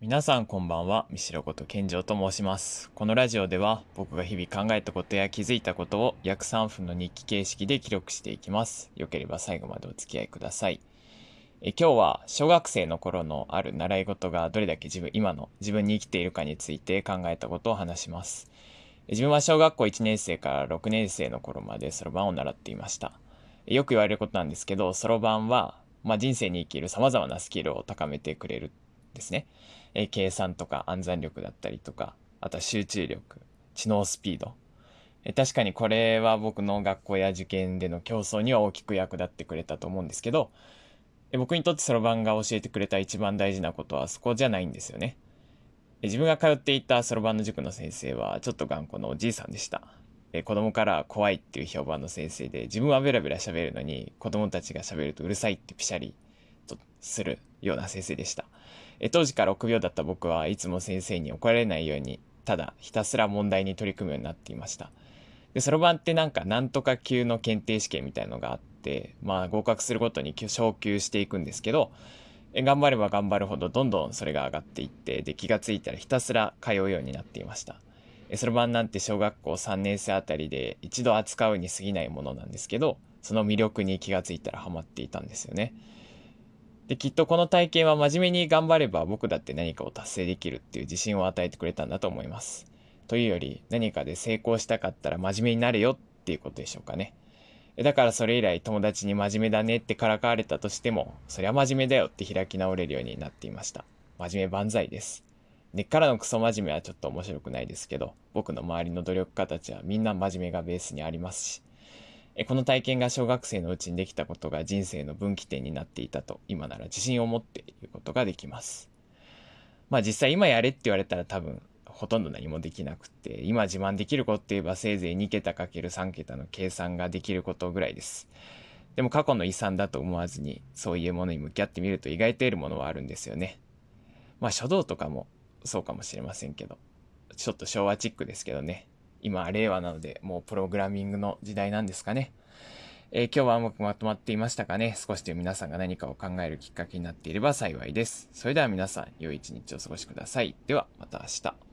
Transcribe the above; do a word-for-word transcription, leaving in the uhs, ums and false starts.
皆さんこんばんは、三代こと健丈と申します。このラジオでは僕が日々考えたことや気づいたことを約さんぷんの日記形式で記録していきます。よければ最後までお付き合いください。え今日は小学生の頃のある習い事がどれだけ自分、今の自分に生きているかについて考えたことを話します。え自分は小学校いちねん生からろくねん生の頃までそろばんを習っていました。えよく言われることなんですけど、そろばんは、まあ、人生に生きる様々なスキルを高めてくれるですね。えー計算とか暗算力だったりとか、あとは集中力、知能スピード。えー確かにこれは僕の学校や受験での競争には大きく役立ってくれたと思うんですけど、えー僕にとってそろばんが教えてくれた一番大事なことはそこじゃないんですよね。えー自分が通っていたそろばんの塾の先生はちょっと頑固なおじいさんでした。えー子供から怖いっていう評判の先生で、自分はベラベラ喋るのに子供たちが喋るとうるさいってピシャリとするような先生でした。え当時から臆病だった僕はいつも先生に怒られないように、ただひたすら問題に取り組むようになっていました。で、そろばんってなんかなんとか級の検定試験みたいのがあって、まあ合格するごとに昇級していくんですけど、え頑張れば頑張るほどどんどんそれが上がっていって、で気がついたらひたすら通うようになっていました。えそろばんなんて小学校さんねん生あたりで一度扱うに過ぎないものなんですけど、その魅力に気がついたらハマっていたんですよね。で、きっとこの体験は真面目に頑張れば僕だって何かを達成できるっていう自信を与えてくれたんだと思います。というより、何かで成功したかったら真面目になれよっていうことでしょうかね。だからそれ以来友達に真面目だねってからかわれたとしても、そりゃ真面目だよって開き直れるようになっていました。真面目万歳です。根っからのクソ真面目はちょっと面白くないですけど、僕の周りの努力家たちはみんな真面目がベースにありますし、この体験が小学生のうちにできたことが人生の分岐点になっていたと今なら自信を持って言うことができます。まあ実際今やれって言われたら多分ほとんど何もできなくて、今自慢できることって言えばせいぜいに桁かけるさん桁の計算ができることぐらいです。でも過去の遺産だと思わずにそういうものに向き合ってみると意外と得るものはあるんですよね。まあ書道とかもそうかもしれませんけど、ちょっと昭和チックですけどね。今令和なのでもうプログラミングの時代なんですかね。えー今日はうまくまとまっていましたかね。少しでも皆さんが何かを考えるきっかけになっていれば幸いです。それでは皆さん、良い一日をお過ごしください。では、また明日。